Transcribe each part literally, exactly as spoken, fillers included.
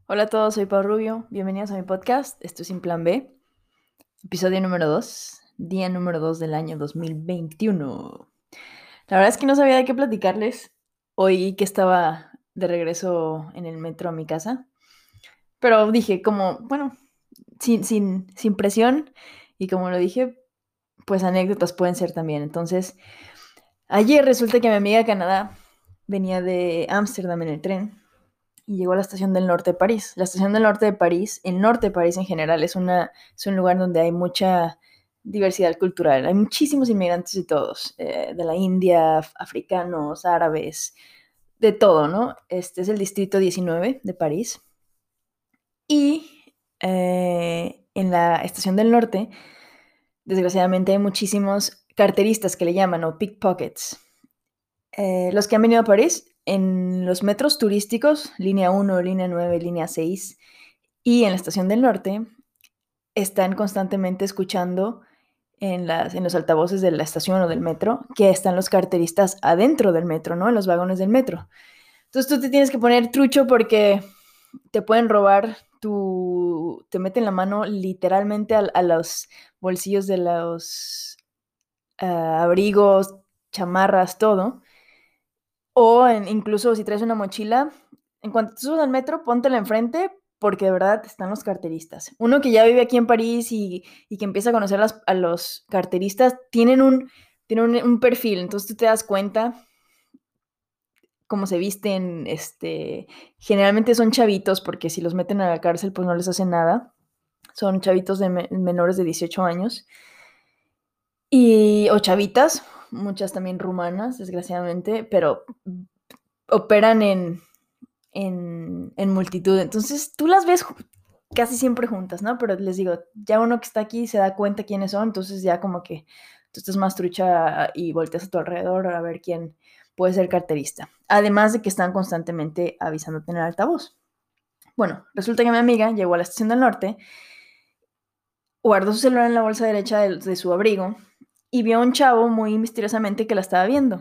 Hola a todos, soy Pau Rubio. Bienvenidos a mi podcast. Esto es Sin Plan B, episodio número dos, día número dos del año dos mil veintiuno. La verdad es que no sabía de qué platicarles hoy que estaba de regreso en el metro a mi casa, pero dije como, bueno, sin, sin, sin presión y como lo dije, pues anécdotas pueden ser también. Entonces, ayer resulta que mi amiga de Canadá venía de Ámsterdam en el tren y llegó a la estación del norte de París. La estación del norte de París, el norte de París en general, es, una, es un lugar donde hay mucha diversidad cultural. Hay muchísimos inmigrantes de todos, eh, de la India, africanos, árabes, de todo, ¿no? Este es el distrito diecinueve de París. Y eh, en la estación del norte, desgraciadamente, hay muchísimos carteristas que le llaman, o pickpockets. Eh, los que han venido a París, en los metros turísticos, línea uno, línea nueve, línea seis, y en la estación del norte, están constantemente escuchando en, las, en los altavoces de la estación o del metro que están los carteristas adentro del metro, ¿no? En los vagones del metro. Entonces tú te tienes que poner trucho porque te pueden robar tu... te meten la mano literalmente a, a los bolsillos de los uh, abrigos, chamarras, todo. O en, incluso si traes una mochila, en cuanto te subas al metro, póntela enfrente porque de verdad están los carteristas. Uno que ya vive aquí en París y, y que empieza a conocer las, a los carteristas, tienen, un, tienen un, un, perfil, entonces tú te das cuenta cómo se visten, este, generalmente son chavitos porque si los meten a la cárcel pues no les hacen nada, son chavitos de me, menores de dieciocho años y, o chavitas, muchas también rumanas, desgraciadamente, pero operan en, en, en multitud. Entonces tú las ves casi siempre juntas, ¿no? Pero les digo, ya uno que está aquí se da cuenta quiénes son, entonces ya como que tú estás más trucha y volteas a tu alrededor a ver quién puede ser carterista. Además de que están constantemente avisándote en el altavoz. Bueno, resulta que mi amiga llegó a la estación del norte, guardó su celular en la bolsa derecha de, de su abrigo y vio a un chavo muy misteriosamente que la estaba viendo.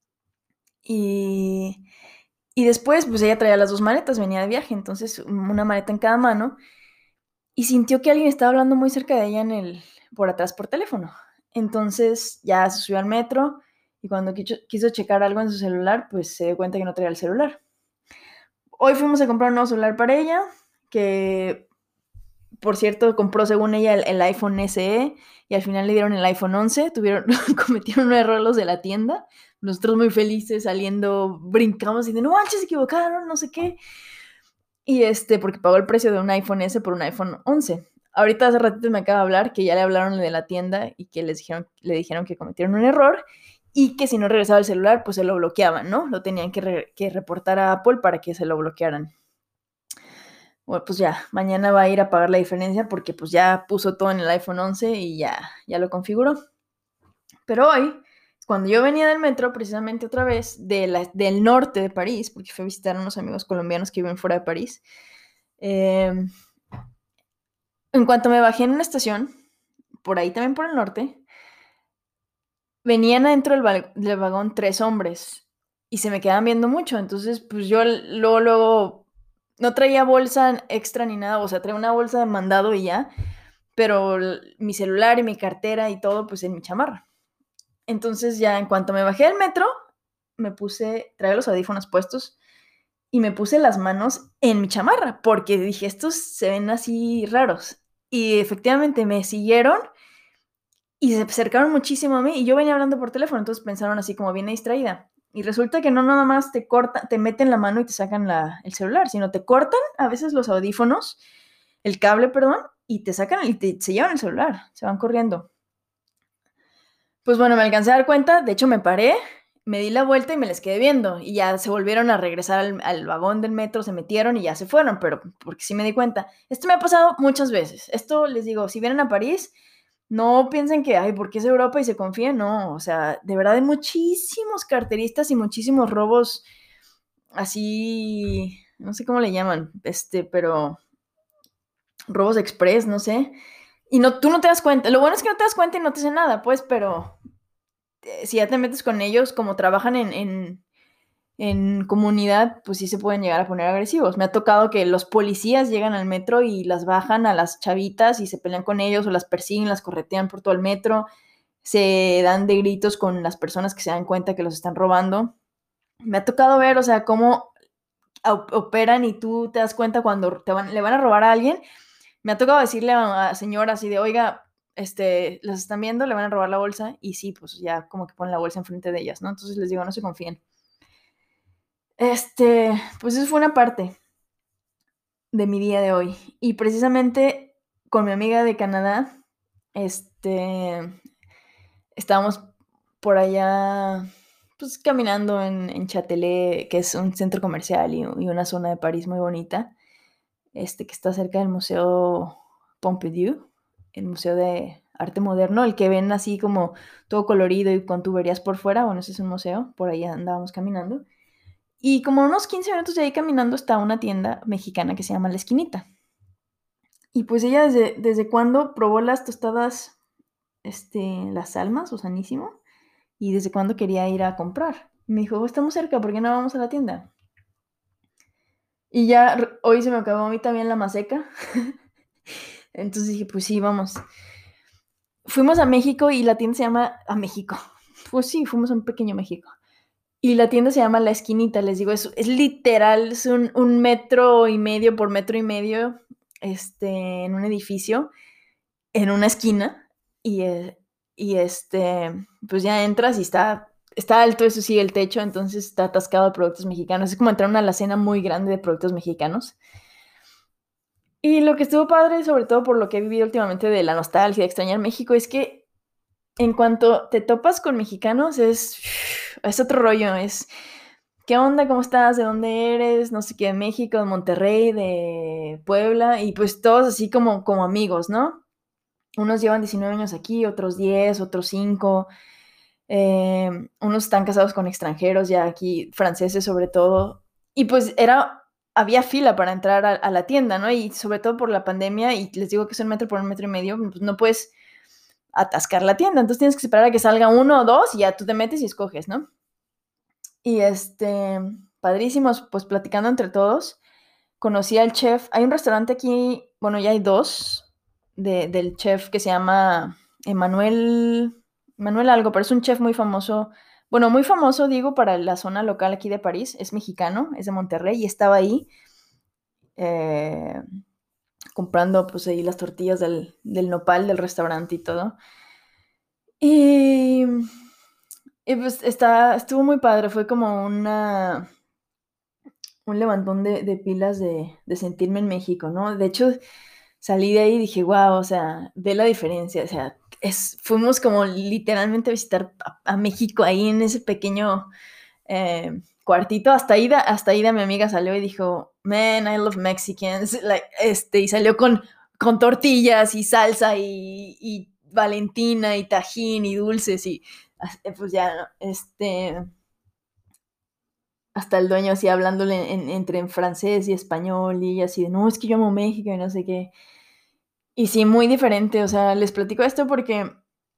Y y después, pues ella traía las dos maletas, venía de viaje, entonces una maleta en cada mano, y sintió que alguien estaba hablando muy cerca de ella en el, por atrás por teléfono. Entonces ya se subió al metro y cuando quiso, quiso checar algo en su celular, pues se dio cuenta que no traía el celular. Hoy fuimos a comprar un nuevo celular para ella, que por cierto compró según ella el, el iPhone S E y al final le dieron el iPhone once, tuvieron, cometieron un error los de la tienda, nosotros muy felices saliendo, brincamos y de no manches, se equivocaron, no sé qué. Y este, porque pagó el precio de un iPhone S por un iPhone once. Ahorita hace ratito me acaba de hablar que ya le hablaron de la tienda y que les dijeron, le dijeron que cometieron un error y que si no regresaba el celular, pues se lo bloqueaban, ¿no? Lo tenían que, re que reportar a Apple para que se lo bloquearan. Bueno, pues ya, mañana va a ir a pagar la diferencia porque pues ya puso todo en el iPhone once y ya, ya lo configuró. Pero hoy, cuando yo venía del metro, precisamente otra vez, de la, del norte de París, porque fui a visitar a unos amigos colombianos que viven fuera de París, eh, en cuanto me bajé en una estación, por ahí también por el norte, venían adentro del, va del vagón tres hombres y se me quedaban viendo mucho. Entonces, pues yo luego, luego, no traía bolsa extra ni nada, o sea, traía una bolsa de mandado y ya, pero mi celular y mi cartera y todo, pues en mi chamarra. Entonces ya en cuanto me bajé del metro, me puse, traía los audífonos puestos y me puse las manos en mi chamarra porque dije, estos se ven así raros. Y efectivamente me siguieron y se acercaron muchísimo a mí y yo venía hablando por teléfono, entonces pensaron así como viene distraída. Y resulta que no nada más te cortan, te meten la mano y te sacan la, el celular, sino te cortan a veces los audífonos, el cable, perdón, y te sacan y te, se llevan el celular, se van corriendo. Pues bueno, me alcancé a dar cuenta, de hecho me paré, me di la vuelta y me les quedé viendo y ya se volvieron a regresar al, al vagón del metro, se metieron y ya se fueron, pero porque sí me di cuenta. Esto me ha pasado muchas veces. Esto les digo, si vienen a París, no piensen que, ay, porque es Europa y se confíen, no, o sea, de verdad hay muchísimos carteristas y muchísimos robos así, no sé cómo le llaman, este, pero robos express, no sé. Y no, tú no te das cuenta. Lo bueno es que no te das cuenta y no te hace nada, pues, pero eh, si ya te metes con ellos, como trabajan en, en, en comunidad, pues sí se pueden llegar a poner agresivos. Me ha tocado que los policías llegan al metro y las bajan a las chavitas y se pelean con ellos o las persiguen, las corretean por todo el metro, se dan de gritos con las personas que se dan cuenta que los están robando. Me ha tocado ver, o sea, cómo operan y tú te das cuenta cuando te van, le van a robar a alguien. Me ha tocado decirle a, a señoras así de, oiga, este, las están viendo, le van a robar la bolsa, y sí, pues ya como que ponen la bolsa enfrente de ellas, ¿no? Entonces les digo, no se confíen. Este, pues eso fue una parte de mi día de hoy. Y precisamente con mi amiga de Canadá, este, estábamos por allá, pues caminando en, en Châtelet, que es un centro comercial y, y una zona de París muy bonita, este, que está cerca del Museo Pompidou, el Museo de Arte Moderno, el que ven así como todo colorido y con tuberías por fuera. Bueno, ese es un museo, por ahí andábamos caminando. Y como unos quince minutos de ahí caminando está una tienda mexicana que se llama La Esquinita. Y pues ella desde, desde cuando probó las tostadas, este, las almas o sanísimo, y desde cuándo quería ir a comprar. Y me dijo, oh, estamos cerca, ¿por qué no vamos a la tienda? Y ya hoy se me acabó a mí también la maseca. Entonces dije, pues sí, vamos. Fuimos a México y la tienda se llama... A México. Pues sí, fuimos a un pequeño México. Y la tienda se llama La Esquinita, les digo, es, es literal, es un, un metro y medio por metro y medio, este, en un edificio, en una esquina, y, eh, y este, pues ya entras y está, está alto, eso sí, el techo, entonces está atascado de productos mexicanos. Es como entrar a una alacena muy grande de productos mexicanos. Y lo que estuvo padre, sobre todo por lo que he vivido últimamente de la nostalgia, de extrañar México, es que en cuanto te topas con mexicanos, es, es otro rollo, es... ¿Qué onda? ¿Cómo estás? ¿De dónde eres? No sé qué, de México, de Monterrey, de Puebla, y pues todos así como, como amigos, ¿no? Unos llevan diecinueve años aquí, otros diez, otros cinco. Eh, unos están casados con extranjeros, ya aquí, franceses sobre todo. Y pues era, había fila para entrar a, a la tienda, ¿no? Y sobre todo por la pandemia, y les digo que es un metro por un metro y medio, pues no puedes atascar la tienda. Entonces tienes que esperar a que salga uno o dos y ya tú te metes y escoges, ¿no? Y este, padrísimos, pues platicando entre todos. Conocí al chef. Hay un restaurante aquí, bueno, ya hay dos, de, del chef que se llama Emanuel, Emanuel algo, pero es un chef muy famoso. Bueno, muy famoso, digo, para la zona local aquí de París. Es mexicano, es de Monterrey y estaba ahí eh, comprando, pues ahí las tortillas del, del nopal del restaurante y todo. Y, y pues está, estuvo muy padre, fue como una un levantón de, de pilas de, de sentirme en México, ¿no? De hecho, salí de ahí y dije, wow, o sea, ve la diferencia, o sea, es, fuimos como literalmente a visitar a, a México ahí en ese pequeño eh, cuartito. Hasta Ida, hasta Ida, mi amiga, salió y dijo, man, I love Mexicans, like, este, y salió con, con tortillas y salsa y, y Valentina y tajín y dulces y pues ya, ¿no? este hasta el dueño así hablándole en, entre en francés y español y así de, no, es que yo amo México y no sé qué. Y sí, muy diferente, o sea, les platico esto porque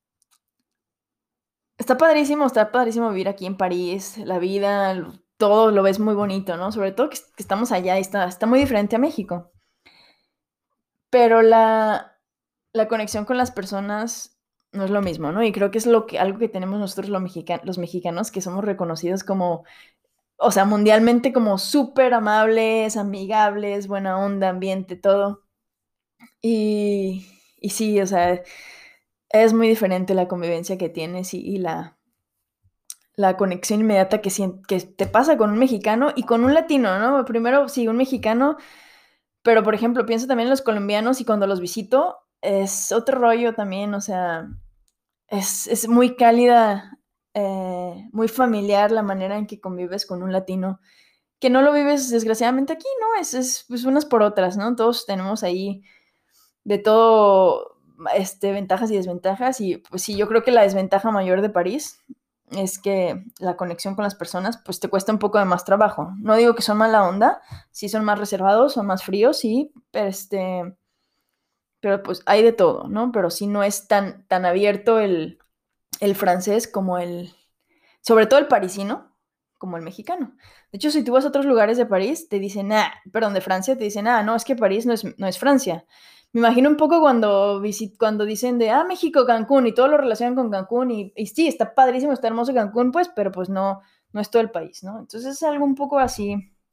está padrísimo, está padrísimo vivir aquí en París, la vida, todo lo ves muy bonito, ¿no? Sobre todo que, que estamos allá y está, está muy diferente a México. Pero la, la conexión con las personas no es lo mismo, ¿no? Y creo que es lo que, algo que tenemos nosotros los, mexica, los mexicanos, que somos reconocidos como, o sea, mundialmente como súper amables, amigables, buena onda, ambiente, todo. Y, y sí, o sea, es muy diferente la convivencia que tienes y, y la, la conexión inmediata que, que te pasa con un mexicano y con un latino, ¿no? Primero, sí, un mexicano, pero por ejemplo, pienso también en los colombianos y cuando los visito, es otro rollo también, o sea, es, es muy cálida, eh, muy familiar la manera en que convives con un latino que no lo vives desgraciadamente aquí, ¿no? Es, es pues unas por otras, ¿no? Todos tenemos ahí de todo, este, ventajas y desventajas, y pues sí, yo creo que la desventaja mayor de París es que la conexión con las personas, pues te cuesta un poco de más trabajo. No digo que son mala onda, sí son más reservados, son más fríos, sí, pero este, pero pues hay de todo, ¿no? Pero sí no es tan, tan abierto el, el francés como el, sobre todo el parisino, como el mexicano. De hecho, si tú vas a otros lugares de París, te dicen, ah, perdón, de Francia, te dicen, ah, no, es que París no es, no es Francia. Me imagino un poco cuando, visit, cuando dicen de, ah, México, Cancún, y todo lo relacionan con Cancún, y, y sí, está padrísimo, está hermoso Cancún, pues, pero pues no, no es todo el país, ¿no? Entonces es algo un poco así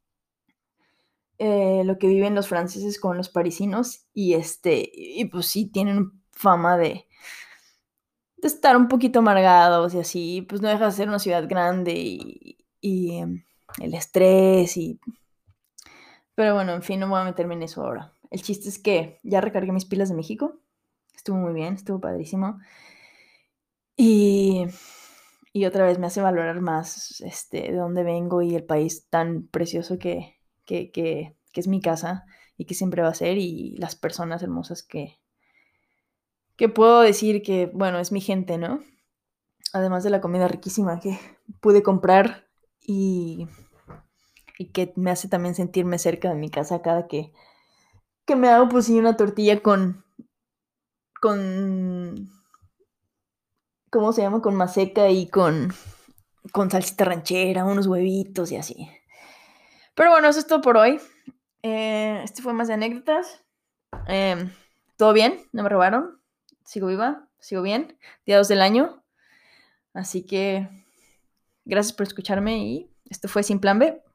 eh, lo que viven los franceses con los parisinos, y este, y pues sí, tienen fama de, de estar un poquito amargados y así, pues no deja de ser una ciudad grande y, y em, el estrés y... Pero bueno, en fin, no voy a meterme en eso ahora. El chiste es que ya recargué mis pilas de México. Estuvo muy bien, estuvo padrísimo. Y, y otra vez me hace valorar más este, de dónde vengo y el país tan precioso que, que, que, que es mi casa y que siempre va a ser, y las personas hermosas que, que puedo decir que, bueno, es mi gente, ¿no? Además de la comida riquísima que pude comprar y, y que me hace también sentirme cerca de mi casa cada que, que me hago pues sí una tortilla con, con, ¿cómo se llama? Con maseca y con, con salsita ranchera, unos huevitos y así. Pero bueno, eso es todo por hoy. Eh, este fue más de anécdotas. Eh, ¿Todo bien? ¿No me robaron? Sigo viva, sigo bien. Día dos del año. Así que gracias por escucharme y esto fue Sin Plan B.